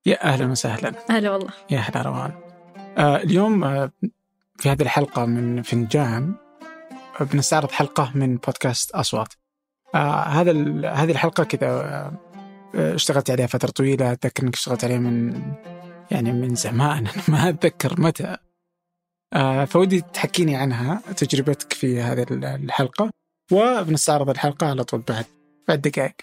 يا أهلا وسهلا. أهلا والله. يا هلا روان. اليوم في هذه الحلقة من فنجان بنستعرض حلقة من بودكاست أصوات. هذه الحلقة كذا اشتغلت عليها فترة طويلة. أتذكر أنك اشتغلت عليها من زمان ما أتذكر متى. فودي تحكيني عنها تجربتك في هذه الحلقة، وبنستعرض الحلقة على طول بعد دقائق.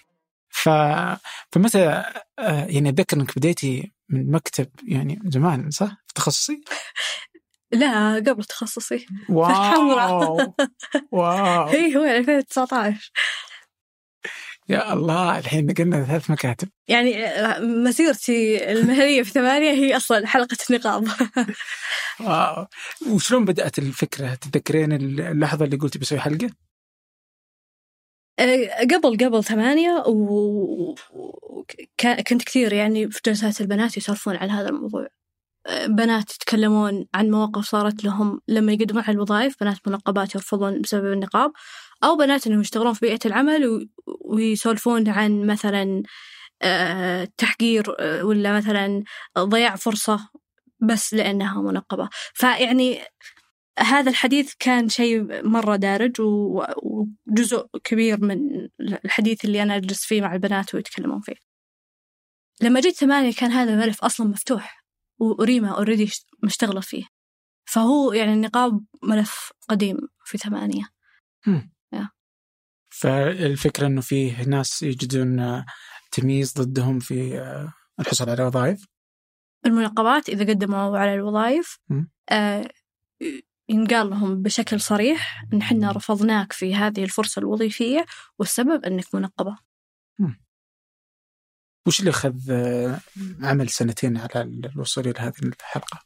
فمتى يعني أتذكر أنك بديتي من مكتب يعني زمان، صح؟ في تخصصي؟ لا، قبل تخصصي. واو واو. هي هو 2019. يا الله، الحين نقلنا 3 مكاتب. يعني مسيرتي المهنية في 8 هي أصلا حلقة النقاب. واو. وشلون بدأت الفكرة؟ تتذكرين اللحظة اللي قلتي بسوي حلقة؟ قبل 8 كنت كثير يعني في جلسات البنات يسولفون عن هذا الموضوع. بنات يتكلمون عن مواقف صارت لهم لما يقدمون على الوظائف، بنات منقبات يرفضون بسبب النقاب، أو بنات أنهم يشتغلون في بيئة العمل ويسولفون عن مثلا تحقير ولا مثلا ضياع فرصة بس لأنها منقبة. فيعني هذا الحديث كان شيء مرة دارج وجزء كبير من الحديث اللي أنا أجلس فيه مع البنات ويتكلمون فيه. لما جيت 8 كان هذا الملف أصلا مفتوح وريما أوريدي مشتغلة فيه، فهو يعني النقاب ملف قديم في 8. فالفكرة أنه فيه ناس يجدون تمييز ضدهم في الحصول على وظائف. المنقبات إذا قدموا على الوظائف ينقال لهم بشكل صريح إن حنا رفضناك في هذه الفرصة الوظيفية والسبب أنك منقبة. وش اللي أخذ عمل 2 على الوصول إلى هذه الحلقة؟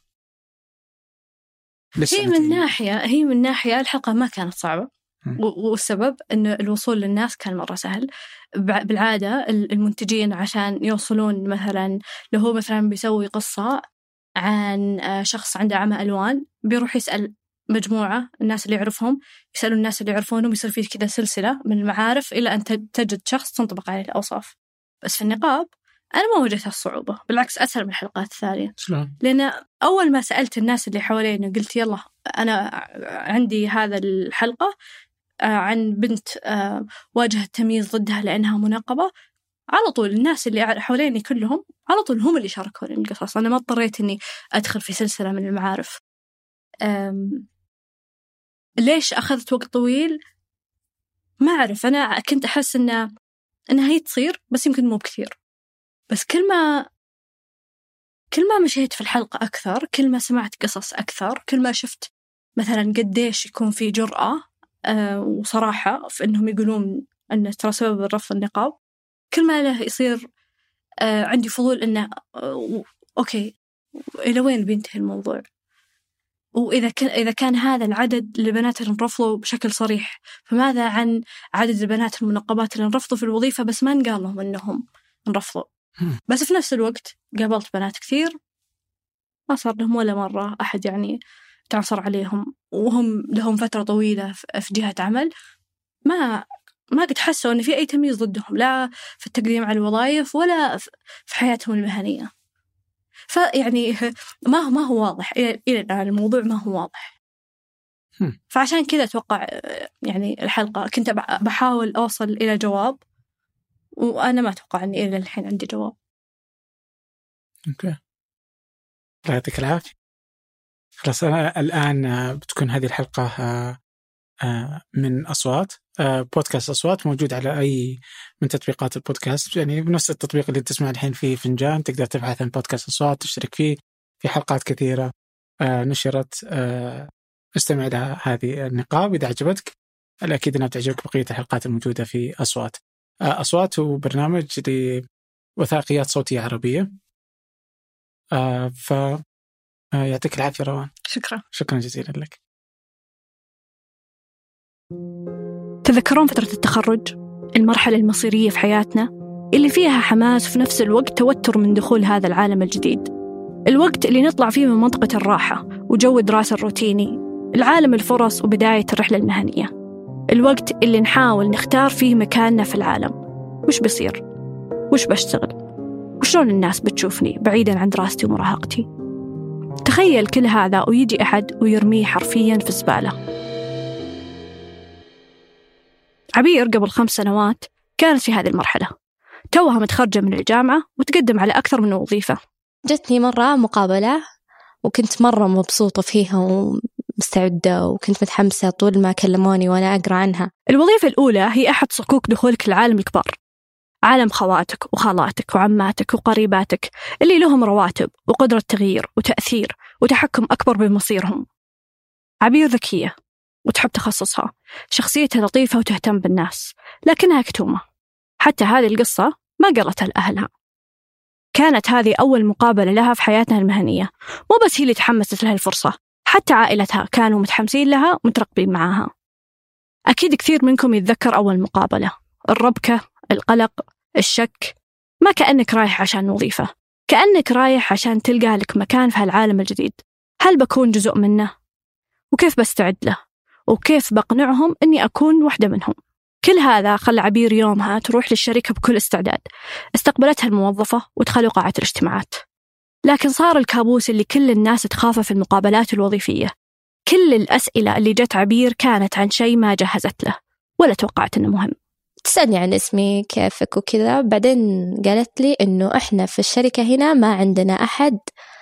هي من ناحية الحلقة ما كانت صعبة، والسبب أن الوصول للناس كان مرة سهل. بالعادة المنتجين عشان يوصلون مثلا لو هو مثلا بيسوي قصة عن شخص عنده عمى ألوان، بيروح يسأل مجموعة الناس اللي يعرفهم، يسألوا الناس اللي يعرفونهم، يصير فيه كذا سلسلة من المعارف إلى أن تجد شخص تنطبق عليه الأوصاف. بس في النقاب أنا ما وجدت الصعوبة، بالعكس أسهل من الحلقات الثانية. لأن أول ما سألت الناس اللي حوالينا قلت يلا أنا عندي هذا الحلقة عن بنت واجهت تمييز ضدها لأنها منقبة، على طول الناس اللي حواليني كلهم على طول هم اللي شاركوني القصص. أنا ما اضطريت إني أدخل في سلسلة من المعارف. ليش أخذت وقت طويل؟ ما أعرف. أنا كنت أحس إنها هي تصير بس يمكن مو بكثير. بس كل ما مشيت في الحلقة أكثر، كل ما سمعت قصص أكثر، كل ما شفت مثلا قديش يكون في جرأة وصراحة في إنهم يقولون أن ترى سبب الرفض النقاب، كل ما له يصير عندي فضول إنه أوكي إلى وين بينتهي الموضوع. وإذا كان هذا العدد البنات اللي انرفضوا بشكل صريح، فماذا عن عدد البنات المنقبات اللي انرفضوا في الوظيفة بس ما نقال لهم إنهم انرفضوا؟ بس في نفس الوقت قابلت بنات كثير ما صار لهم ولا مرة أحد يعني تعصر عليهم، وهم لهم فترة طويلة في جهة عمل ما قد حسوا أن في أي تمييز ضدهم، لا في التقديم على الوظائف ولا في حياتهم المهنية. فيعني ما هو واضح إلى الآن، الموضوع ما هو واضح. فعشان كذا أتوقع يعني الحلقة كنت بحاول أوصل إلى جواب، وأنا ما أتوقع أني إلى الحين عندي جواب. أوكي، الله يعطيك العافية. خلاص أنا الآن بتكون هذه الحلقة من أصوات، بودكاست أصوات موجود على أي من تطبيقات البودكاست، يعني بنفس التطبيق اللي تسمع الحين فيه فنجان تقدر تبحث عن بودكاست أصوات تشترك فيه. في حلقات كثيرة نشرت. استمع إلى هذه النقاب إذا عجبتك، الأكيد أنها بتعجبك بقية الحلقات الموجودة في أصوات. أصوات هو برنامج لوثائقيات صوتية عربية. يعطيك العافية روان. شكرا جزيلا لك. تذكرون فترة التخرج، المرحلة المصيرية في حياتنا اللي فيها حماس وفي نفس الوقت توتر من دخول هذا العالم الجديد، الوقت اللي نطلع فيه من منطقة الراحة وجو الدراسة الروتيني العالم الفرص وبداية الرحلة المهنية، الوقت اللي نحاول نختار فيه مكاننا في العالم. وش بصير؟ وش بشتغل؟ وشلون الناس بتشوفني بعيداً عن دراستي ومراهقتي. تخيل كل هذا ويجي أحد ويرميه حرفياً في الزبالة. عبير قبل 5 سنوات كانت في هذه المرحلة، توها متخرجة من الجامعة وتقدم على أكثر من وظيفة. جتني مرة مقابلة وكنت مرة مبسوطة فيها ومستعدة وكنت متحمسة طول ما كلموني وأنا أقرأ عنها. الوظيفة الأولى هي أحد صكوك دخولك للعالم الكبار، عالم خواتك وخالاتك وعماتك وقريباتك اللي لهم رواتب وقدرة تغيير وتأثير وتحكم أكبر بمصيرهم. عبير ذكية وتحب تخصصها، شخصيتها لطيفة وتهتم بالناس، لكنها كتومة. حتى هذه القصة ما قالتها لأهلها. كانت هذه أول مقابلة لها في حياتها المهنية، مو بس هي اللي تحمست لها الفرصة، حتى عائلتها كانوا متحمسين لها ومترقبين معاها. أكيد كثير منكم يتذكر أول مقابلة، الربكة، القلق، الشك. ما كأنك رايح عشان وظيفة، كأنك رايح عشان تلقى لك مكان في هالعالم الجديد. هل بكون جزء منه؟ وكيف بستعد له؟ وكيف بقنعهم أني أكون واحدة منهم؟ كل هذا خلى عبير يومها تروح للشركة بكل استعداد. استقبلتها الموظفة ودخلوا قاعة الاجتماعات. لكن صار الكابوس اللي كل الناس تخافه في المقابلات الوظيفية. كل الأسئلة اللي جت عبير كانت عن شيء ما جهزت له ولا توقعت أنه مهم. تسألني عن اسمي كيفك وكذا، بعدين قالت لي إنه إحنا في الشركة هنا ما عندنا أحد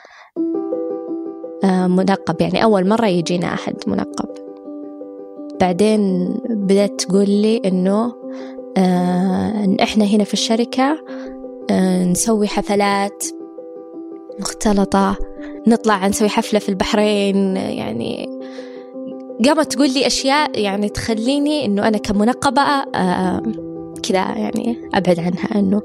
منقب، يعني أول مرة يجينا أحد منقب. بعدين بدأت تقول لي إنه إحنا هنا في الشركة نسوي حفلات مختلطة، نطلع نسوي حفلة في البحرين. يعني قامت تقول لي أشياء يعني تخليني إنه أنا كمنقبة كذا يعني أبعد عنها. إنه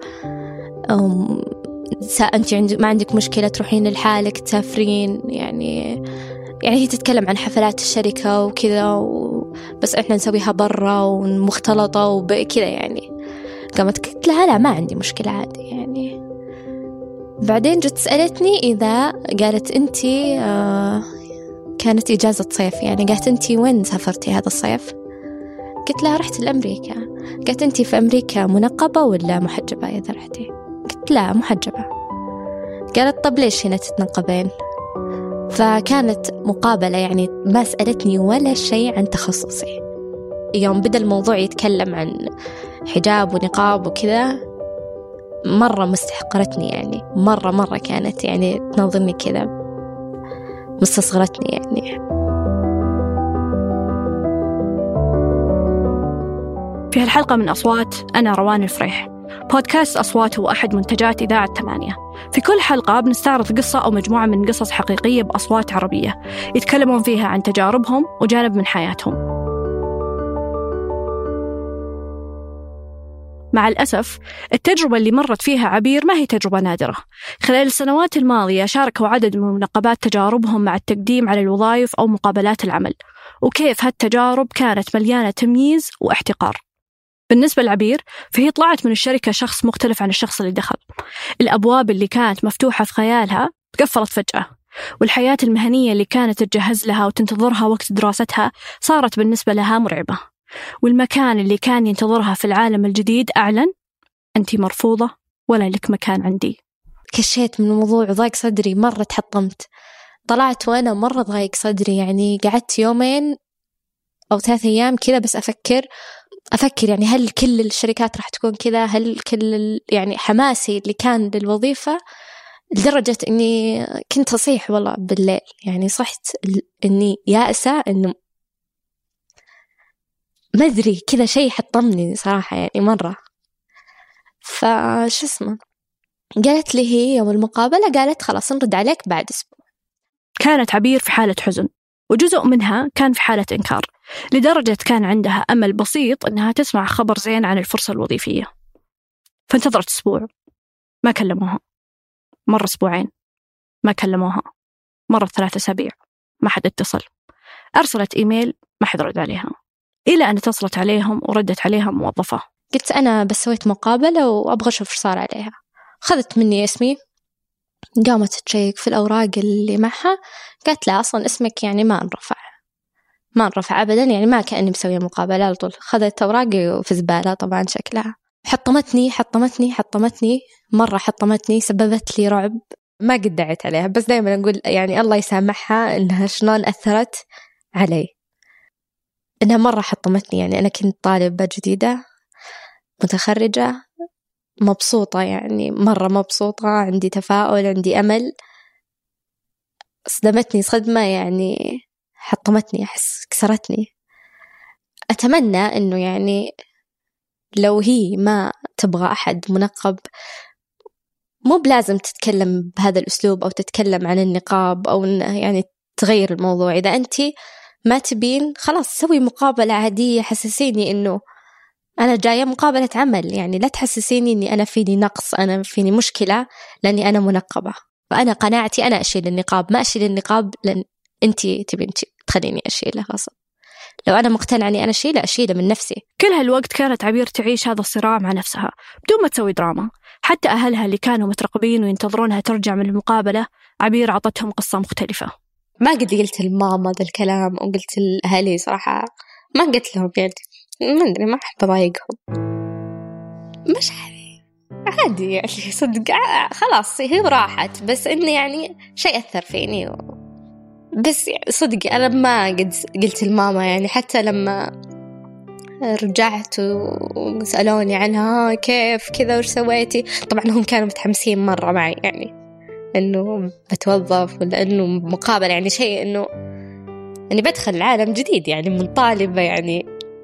أنت ما عندك مشكلة تروحين لحالك تسافرين، يعني هي تتكلم عن حفلات الشركة وكذا بس إحنا نسويها برا ومختلطة وكذا. يعني قامت قلت لها لا ما عندي مشكلة عادي يعني. بعدين جت سألتني إذا قالت أنتي كانت إجازة صيف، يعني قالت أنتي وين سافرتي هذا الصيف؟ قلت لها رحت لأمريكا. قالت أنتي في أمريكا منقبة ولا محجبة إذا رحتي؟ قلت لا محجبة. قالت طب ليش هنا تتنقبين؟ فكانت مقابلة يعني ما سألتني ولا شيء عن تخصصي. يوم بدأ الموضوع يتكلم عن حجاب ونقاب وكذا مرة مستحقرتني، يعني مرة كانت يعني تنظرني كذا مستصغرتني يعني. في هالحلقة من أصوات أنا روان الفريح. بودكاست أصوات هو أحد منتجات إذاعة 8. في كل حلقة بنستعرض قصة أو مجموعة من قصص حقيقية بأصوات عربية يتكلمون فيها عن تجاربهم وجانب من حياتهم. مع الأسف التجربة اللي مرت فيها عبير ما هي تجربة نادرة. خلال السنوات الماضية شاركوا عدد من المنقبات تجاربهم مع التقديم على الوظائف أو مقابلات العمل، وكيف هالتجارب كانت مليانة تمييز واحتقار. بالنسبة لعبير فهي طلعت من الشركة شخص مختلف عن الشخص اللي دخل. الأبواب اللي كانت مفتوحة في خيالها تقفلت فجأة، والحياة المهنية اللي كانت تجهز لها وتنتظرها وقت دراستها صارت بالنسبة لها مرعبة. والمكان اللي كان ينتظرها في العالم الجديد أعلن أنت مرفوضة ولا لك مكان عندي. كشيت من الموضوع وضايق صدري مرة، تحطمت، طلعت وأنا مرة ضايق صدري. يعني قعدت 2 أو 3 أيام كذا بس أفكر يعني هل كل الشركات راح تكون كذا؟ هل كل يعني حماسي اللي كان للوظيفة لدرجة إني كنت أصيح والله بالليل. يعني صحت إني يائسة، إنه ما أدري كذا شيء حطمني صراحة يعني مرة. فش اسمه قالت لي هي يوم المقابلة قالت خلاص نرد عليك بعد أسبوع. كانت عبير في حالة حزن، وجزء منها كان في حالة إنكار، لدرجة كان عندها أمل بسيط أنها تسمع خبر زين عن الفرصة الوظيفية. فانتظرت أسبوع ما كلموها، مرة 2 ما كلموها، مرة 3 أسابيع ما حد اتصل. أرسلت إيميل ما حد رد عليها، إلى أن اتصلت عليهم وردت عليها موظفة. قلت أنا بس سويت مقابلة وأبغى أشوف إيش صار عليها. خذت مني اسمي، قامت تشيك في الأوراق اللي معها، قالت لا أصلا اسمك يعني ما نرفع أبدا، يعني ما كأني مسوية مقابلة على طول. خذت أوراقي في زبالة طبعا شكلها. حطمتني مرة، حطمتني، سببت لي رعب ما قد دعيت عليها، بس دايما أقول يعني الله يسامحها إنها شلون أثرت علي، إنها مرة حطمتني. يعني أنا كنت طالبة جديدة متخرجة مبسوطة، يعني مرة مبسوطة، عندي تفاؤل، عندي أمل، صدمتني صدمة يعني حطمتني، أحس كسرتني. أتمنى إنه يعني لو هي ما تبغى أحد منقب، مو بلازم تتكلم بهذا الأسلوب أو تتكلم عن النقاب أو يعني تغير الموضوع. إذا أنت ما تبين خلاص سوي مقابلة عادية، حسسيني إنه أنا جاية مقابلة عمل، يعني لا تحسسيني إني أنا فيني نقص، أنا فيني مشكلة لأني أنا منقبة. فأنا قناعتي أنا أشيل النقاب، ما أشيل النقاب لأن أنتي تبين تخليني أشيله غصب. لو أنا مقتنعة أني أنا أشيله من نفسي. كل هالوقت كانت عبير تعيش هذا الصراع مع نفسها بدون ما تسوي دراما. حتى أهلها اللي كانوا مترقبين وينتظرونها ترجع من المقابلة، عبير عطتهم قصة مختلفة. ما قد قلت لماما ذا الكلام أو قلت لأهلي صراحة، ما قلت لهم يعني ما أدري، ما أحب أضايقهم، مش عادي يعني صدق خلاص هي راحت، بس إني يعني شيء أثر فيني بس يعني صدق أنا ما قد قلت لماما. يعني حتى لما رجعت وسألوني عنها كيف كذا وش سويتي، طبعا هم كانوا متحمسين مرة معي، يعني إنه بتوظف ولا إنه مقابلة، يعني شيء إنه أني بدخل عالم جديد يعني من طالبة يعني.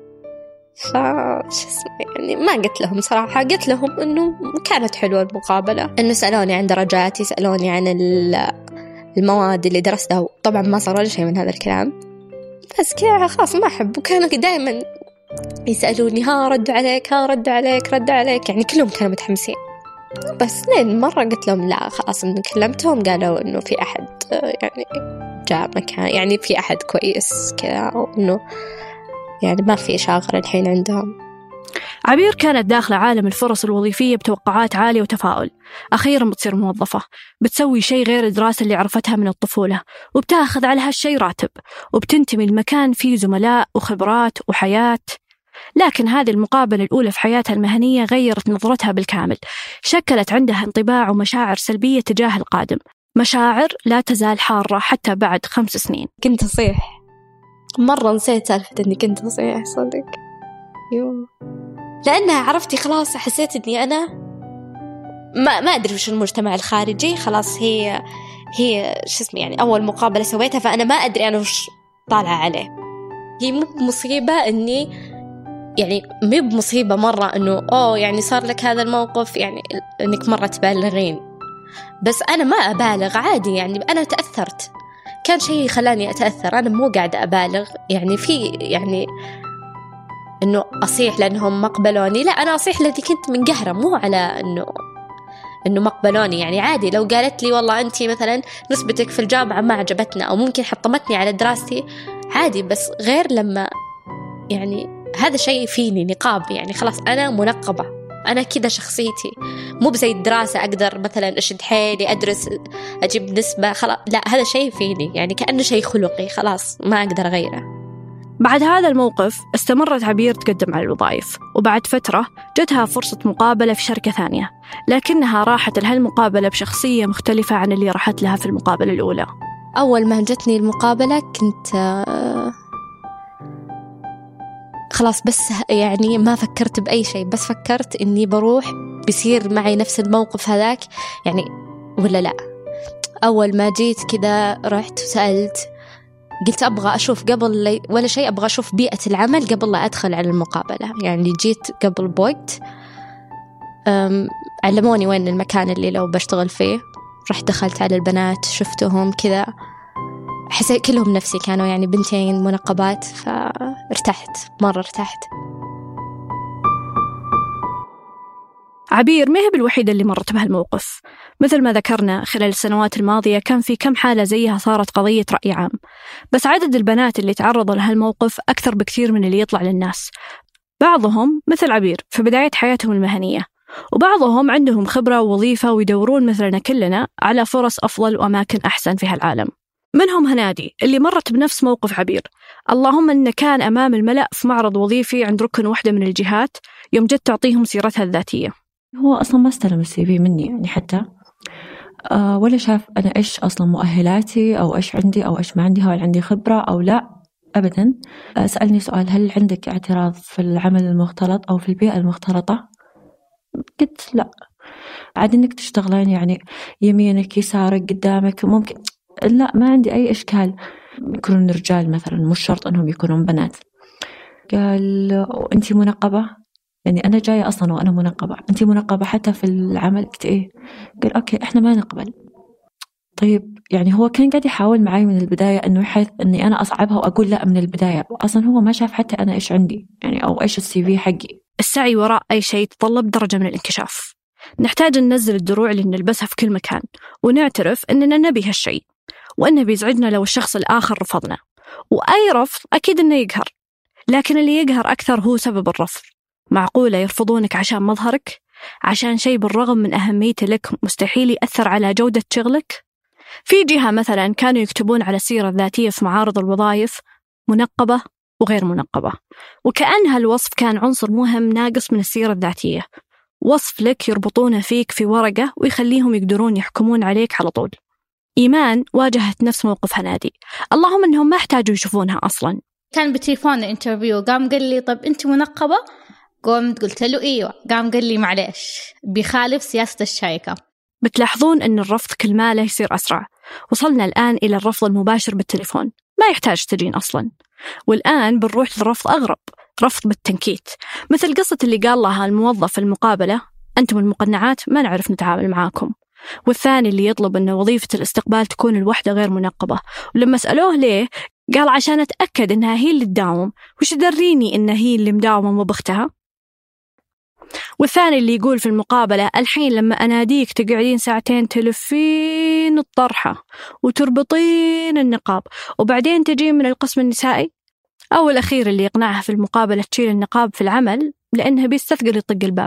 يعني ما قلت لهم صراحة، قلت لهم إنه كانت حلوة المقابلة، إنه سألوني عن درجاتي، سألوني عن المواد اللي درستها، طبعا ما صار ولا شيء من هذا الكلام، بس كذا خلاص ما أحب. وكانوا دائما يسألوني ها ردوا عليك، يعني كلهم كانوا متحمسين. بس لين مرة قلت لهم لا خلاص، إنه كلمتهم قالوا إنه في أحد يعني جاء مكان، يعني في أحد كويس كذا، أو إنه يعني ما في شاغر الحين عندهم. عبير كانت داخلة عالم الفرص الوظيفية بتوقعات عالية وتفاؤل. أخيرا بتصير موظفة، بتسوي شيء غير الدراسة اللي عرفتها من الطفولة، وبتاخذ على هالشيء راتب، وبتنتمي لمكان فيه زملاء وخبرات وحياة. لكن هذه المقابلة الأولى في حياتها المهنية غيرت نظرتها بالكامل، شكلت عندها انطباع ومشاعر سلبية تجاه القادم، مشاعر لا تزال حارة حتى بعد 5 سنين. كنت أصيح مرة، نسيت سالفة إني كنت أصيح صدق، لأنها عرفتي خلاص حسيت إني أنا ما أدري وش المجتمع الخارجي، خلاص هي شو اسمه يعني أول مقابلة سويتها، فأنا ما أدري أنا وش طالعة عليه. هي مو بمصيبة إني يعني مو بمصيبة مرة إنه يعني صار لك هذا الموقف، يعني إنك مرة تبالغين، بس أنا ما أبالغ عادي، يعني أنا تأثرت، كان شيء خلاني أتأثر، أنا مو قاعدة أبالغ يعني في يعني إنه أصيح لأنهم ما قبلوني، لا أنا أصيح لأني كنت منقهرة، مو على إنه ما قبلوني. يعني عادي لو قالت لي والله أنتي مثلا نسبتك في الجامعة ما عجبتنا أو ممكن حطمتني على دراستي، عادي، بس غير لما يعني هذا شيء فيني نقاب، يعني خلاص أنا منقبة، أنا كذا شخصيتي، مو بزي الدراسة أقدر مثلا أشد حيلي أدرس أجيب نسبة، خلاص لا هذا شيء فيني، يعني كأنه شيء خلقي، خلاص ما أقدر أغيره. بعد هذا الموقف استمرت عبير تقدم على الوظائف، وبعد فترة جتها فرصة مقابلة في شركة ثانية، لكنها راحت لهالمقابلة بشخصية مختلفة عن اللي راحت لها في المقابلة الأولى. أول ما جتني المقابلة كنت خلاص، بس يعني ما فكرت بأي شيء، بس فكرت إني بروح بيصير معي نفس الموقف هذاك يعني ولا لا. أول ما جيت كذا رحت وسألت، قلت أبغى أشوف قبل ولا شيء، أبغى أشوف بيئة العمل قبل لا أدخل على المقابلة. يعني جيت قبل بوقت، علموني وين المكان اللي لو بشتغل فيه، رحت دخلت على البنات شفتهم كذا، حسيت كلهم نفسي، كانوا يعني بنتين منقبات، فارتحت مرة، ارتحت. عبير ما هي بالوحيدة اللي مرت بهالموقف، مثل ما ذكرنا خلال السنوات الماضية كان في كم حالة زيها صارت قضية رأي عام، بس عدد البنات اللي تعرضوا لهالموقف أكثر بكثير من اللي يطلع للناس. بعضهم مثل عبير في بداية حياتهم المهنية، وبعضهم عندهم خبرة ووظيفة ويدورون مثلنا كلنا على فرص أفضل وأماكن أحسن في هالعالم. منهم هنادي اللي مرت بنفس موقف عبير، اللهم إنه كان أمام الملأ في معرض وظيفي عند ركن واحدة من الجهات يوم جت تعطيهم سيرتها الذاتية. هو أصلا ما استلم السي في مني يعني حتى ولا شاف أنا إيش أصلا مؤهلاتي أو إيش عندي أو إيش ما عندي، هل عندي خبرة أو لا أبدا. سألني سؤال هل عندك اعتراض في العمل المختلط أو في البيئة المختلطة؟ قلت لا، عاد إنك تشتغلين يعني يمينك يسارك قدامك ممكن، لا ما عندي أي إشكال. يكونون رجال مثلا مش شرط أنهم يكونون بنات. قال أنتي منقبة؟ يعني أنا جاية أصلا وأنا منقبة، أنتي منقبة حتى في العمل؟ قلت إيه. قال أوكي إحنا ما نقبل. طيب يعني هو كان قاعد يحاول معي من البداية أنه يحيث أني أنا أصعبها وأقول لا من البداية، أصلا هو ما شاف حتى أنا إيش عندي يعني أو إيش السي في حقي. السعي وراء أي شيء يتطلب درجة من الانكشاف. نحتاج ننزل الدروع اللي نلبسها في كل مكان ونعترف أننا نبي هالشيء، وأنه بيزعجنا لو الشخص الآخر رفضنا، وأي رفض أكيد أنه يقهر، لكن اللي يقهر أكثر هو سبب الرفض. معقولة يرفضونك عشان مظهرك؟ عشان شيء بالرغم من أهميته لك مستحيل يأثر على جودة شغلك؟ في جهة مثلا كانوا يكتبون على السيرة الذاتية في معارض الوظائف منقبة وغير منقبة، وكأن هالوصف كان عنصر مهم ناقص من السيرة الذاتية، وصف لك يربطونه فيك في ورقة ويخليهم يقدرون يحكمون عليك على طول. إيمان واجهت نفس موقف هنادي، اللهم أنهم ما احتاجوا يشوفونها أصلا. كان بتليفون انترفيو، قام قال لي طب أنت منقبة؟ قمت قلت له إيوه. قام قال لي معليش بيخالف سياسة الشركة. بتلاحظون أن الرفض كل ما له يصير أسرع. وصلنا الآن إلى الرفض المباشر بالتليفون، ما يحتاج تجين أصلا. والآن بنروح للرفض أغرب، رفض بالتنكيت، مثل قصة اللي قال لها الموظف في المقابلة أنتم المقنعات ما نعرف نتعامل معاكم. والثاني اللي يطلب أن وظيفة الاستقبال تكون الوحدة غير منقبة، ولما سألوه ليه قال عشان أتأكد أنها هي اللي تداوم، وش دريني أنها هي اللي مداومة مو بختها. والثاني اللي يقول في المقابلة الحين لما أناديك تقعدين ساعتين تلفين الطرحة وتربطين النقاب وبعدين تجين من القسم النسائي. أو الأخير اللي يقنعها في المقابلة تشيل النقاب في العمل لأنها بيستثقل يطق الباب.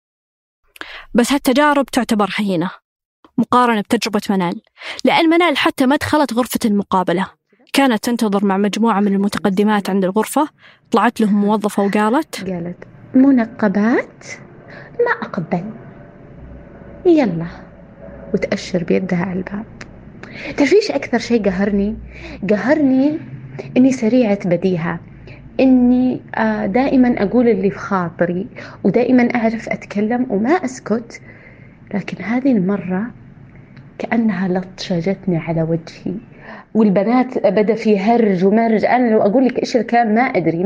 بس هالتجارب تعتبر هينة مقارنة بتجربة منال، لأن منال حتى ما دخلت غرفة المقابلة، كانت تنتظر مع مجموعة من المتقدمات عند الغرفة. طلعت لهم موظفة وقالت منقبات ما أقبل، يلا، وتأشر بيدها على الباب. تعرفيش أكثر شيء قهرني إني سريعة بديهة، إني دائما أقول اللي في خاطري ودائما أعرف أتكلم وما أسكت، لكن هذه المرة كأنها لطشة جتني على وجهي، والبنات بدأ في هرج ومرج. أنا لو أقول لك إيش الكلام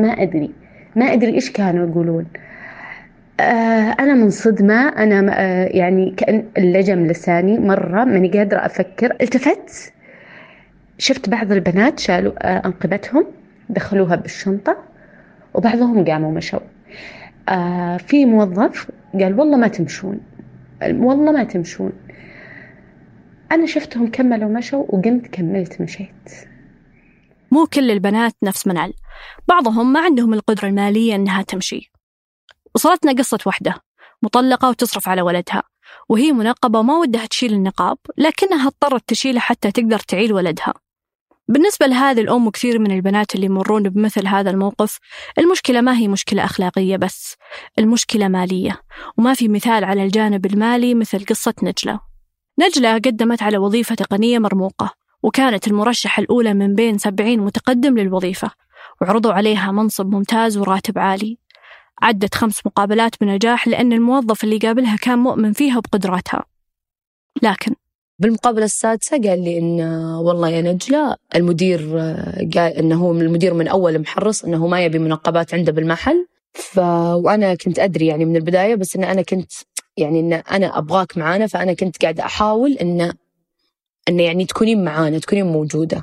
ما أدري إيش كانوا يقولون. أنا منصدمة، أنا يعني كأن اللجم لساني مرة ماني قادرة أفكر. التفت شفت بعض البنات شالوا أنقبتهم دخلوها بالشنطة، وبعضهم قاموا مشوا. في موظف قال والله ما تمشون. أنا شفتهم كملوا مشوا وقمت كملت مشيت. مو كل البنات نفس منال، بعضهم ما عندهم القدرة المالية أنها تمشي. وصلتنا قصة واحدة مطلقة وتصرف على ولدها، وهي منقبة وما ودها تشيل النقاب، لكنها اضطرت تشيله حتى تقدر تعيل ولدها. بالنسبة لهذه الأم وكثير من البنات اللي يمرون بمثل هذا الموقف، المشكلة ما هي مشكلة أخلاقية بس، المشكلة مالية. وما في مثال على الجانب المالي مثل قصة نجلة قدمت على وظيفة تقنية مرموقة، وكانت المرشحة الأولى من بين 70 متقدم للوظيفة، وعرضوا عليها منصب ممتاز وراتب عالي. عدت 5 مقابلات بنجاح لأن الموظف اللي قابلها كان مؤمن فيها وبقدراتها. لكن بالمقابلة السادسة قال لي إن والله يا نجلة المدير قال إنه هو المدير من أول محرص إنه ما يبي منقبات عنده بالمحل. وأنا كنت أدري يعني من البداية، بس إن أنا كنت يعني إن أنا أبغاك معانا، فأنا كنت قاعدة أحاول إن يعني تكونين معانا، تكونين موجودة.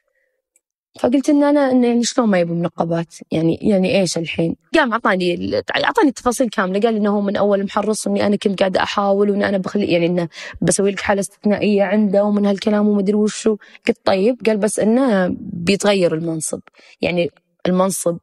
فقلت إن أنا إن يعني شلون ما يبي منقبات، يعني إيش الحين. قام أعطاني التفاصيل كاملة، قال إنه هو من أول محرص إني أنا كنت قاعدة أحاول وإن أنا بخلي يعني إنه بسوي لك حالة استثنائية عنده ومن هالكلام وما أدري وشو. قلت طيب. قال بس إنه بيتغير المنصب، يعني المنصب،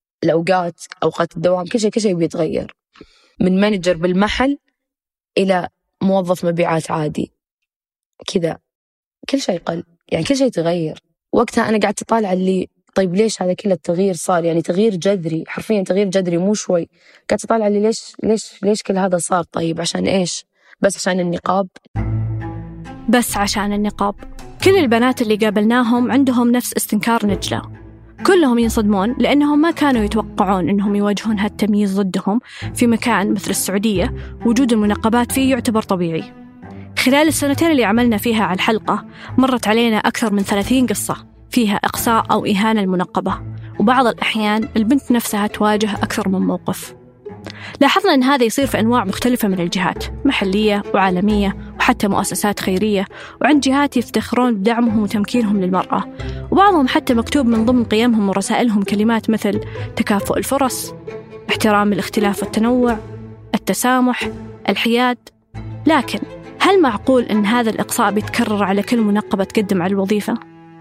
أوقات الدوام، كل شيء بيتغير من مانجر بالمحل إلى موظف مبيعات عادي كذا، كل شيء قل. يعني كل شيء تغير. وقتها أنا قعدت أطالع اللي طيب ليش هذا كله التغيير صار، يعني تغيير جذري، حرفيا تغيير جذري مو شوي. قعدت أطالع اللي ليش كل هذا صار، طيب عشان إيش؟ بس عشان النقاب؟ بس عشان النقاب. كل البنات اللي قابلناهم عندهم نفس استنكار نجلة، كلهم ينصدمون لأنهم ما كانوا يتوقعون أنهم يواجهون هالتمييز ضدهم في مكان مثل السعودية وجود المنقبات فيه يعتبر طبيعي. خلال السنتين اللي عملنا فيها على الحلقة مرت علينا أكثر من 30 قصة فيها إقصاء أو إهانة المنقبة، وبعض الأحيان البنت نفسها تواجه أكثر من موقف. لاحظنا أن هذا يصير في أنواع مختلفة من الجهات، محلية وعالمية وحتى مؤسسات خيرية، وعند جهات يفتخرون بدعمهم وتمكينهم للمرأة، وبعضهم حتى مكتوب من ضمن قيمهم ورسائلهم كلمات مثل تكافؤ الفرص، احترام الاختلاف والتنوع، التسامح، الحياد. لكن هل معقول أن هذا الإقصاء بيتكرر على كل منقبة تقدم على الوظيفة؟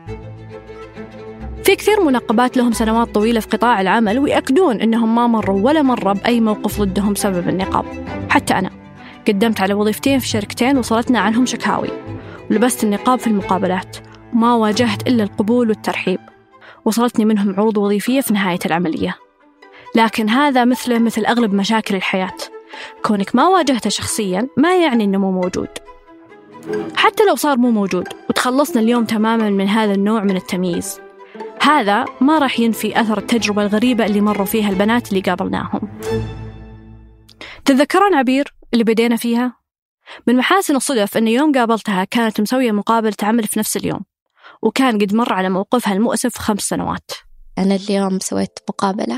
في كثير منقبات لهم سنوات طويلة في قطاع العمل ويأكدون أنهم ما مروا ولا مرة بأي موقف ضدهم بسبب النقاب. حتى أنا قدمت على وظيفتين في شركتين وصلتنا عنهم شكاوي، ولبست النقاب في المقابلات وما واجهت إلا القبول والترحيب، وصلتني منهم عروض وظيفية في نهاية العملية. لكن هذا مثل أغلب مشاكل الحياة، كونك ما واجهته شخصياً ما يعني أنه مو موجود. حتى لو صار مو موجود وتخلصنا اليوم تماماً من هذا النوع من التمييز، هذا ما راح ينفي أثر التجربة الغريبة اللي مروا فيها البنات اللي قابلناهم. تتذكرون عبير اللي بدينا فيها؟ من محاسن الصدف أن يوم قابلتها كانت مسوية مقابلة عمل في نفس اليوم، وكان قد مر على موقفها المؤسف 5 سنوات. أنا اليوم سويت مقابلة.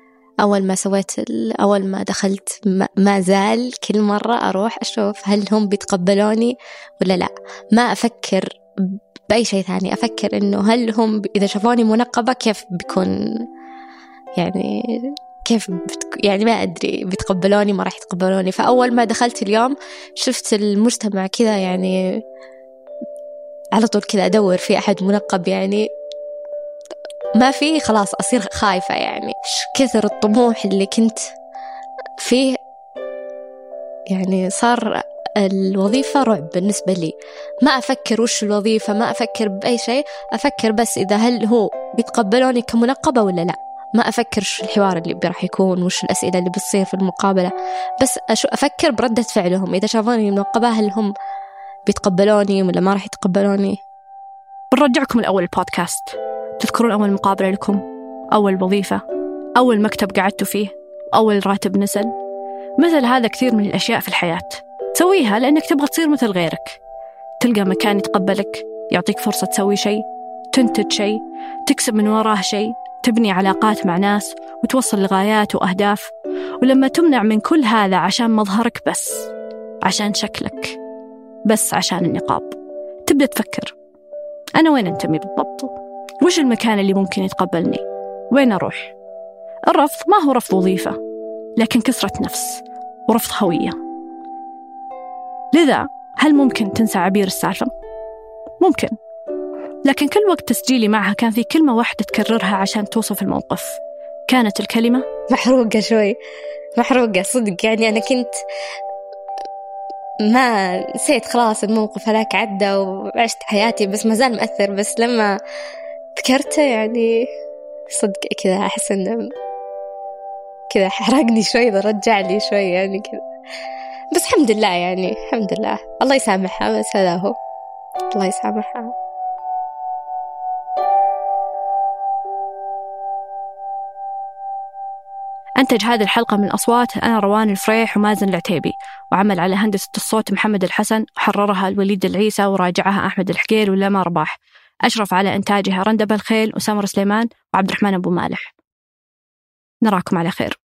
أول ما دخلت ما زال كل مرة أروح أشوف هل هم بيتقبلوني ولا لا. ما أفكر بأي شيء ثاني، أفكر إنه هل هم إذا شافوني منقبة كيف بيكون، يعني يعني ما أدري بيتقبلوني ما راح يتقبلوني. فأول ما دخلت اليوم شفت المجتمع كذا، يعني على طول كذا أدور في أحد منقب، يعني ما في، خلاص أصير خايفة. يعني كثر الطموح اللي كنت فيه، يعني صار الوظيفة رعب بالنسبة لي. ما أفكر وش الوظيفة، ما أفكر بأي شيء، أفكر بس إذا هل هو بيتقبلوني كمنقبة ولا لا. ما أفكر وش الحوار اللي راح يكون، وش الأسئلة اللي بتصير في المقابلة، بس أفكر بردة فعلهم. إذا شافوني منقبة هل هم بيتقبلوني ولا ما راح يتقبلوني. بنرجعكم لأول البودكاست. تذكرون أول مقابلة لكم، أول وظيفة، أول مكتب قعدتوا فيه، أول راتب نزل؟ مثل هذا كثير من الأشياء في الحياة تسويها لأنك تبغى تصير مثل غيرك، تلقى مكان يتقبلك، يعطيك فرصة تسوي شيء، تنتج شيء، تكسب من وراه شيء، تبني علاقات مع ناس وتوصل لغايات وأهداف. ولما تمنع من كل هذا عشان مظهرك بس، عشان شكلك بس، عشان النقاب، تبدأ تفكر أنا وين أنتمي بالضبط؟ وش المكان اللي ممكن يتقبلني؟ وين أروح؟ الرفض ما هو رفض وظيفة، لكن كسرة نفس ورفض هوية. لذا هل ممكن تنسى عبير السالفة؟ ممكن، لكن كل وقت تسجيلي معها كان في كلمة واحدة تكررها عشان توصف الموقف. كانت الكلمة محروقة شوي، محروقة صدق. يعني أنا كنت ما نسيت خلاص الموقف هذاك عدى وعشت حياتي، بس ما زال مأثر. بس لما ذكرته يعني صدق كذا أحس إنه كذا حرقني شوي، رجع لي شوي يعني كذا. بس الحمد لله، يعني الحمد لله، الله يسامحها. بس هذا هو، الله يسامحها. أنتج هذه الحلقة من أصوات أنا روان الفريح ومازن العتيبي، وعمل على هندسة الصوت محمد الحسن، وحررها الوليد العيسى، وراجعها أحمد الحقيل ولما رباح. أشرف على إنتاجها رندب الخيل وسمر سليمان وعبد الرحمن أبو مالح. نراكم على خير.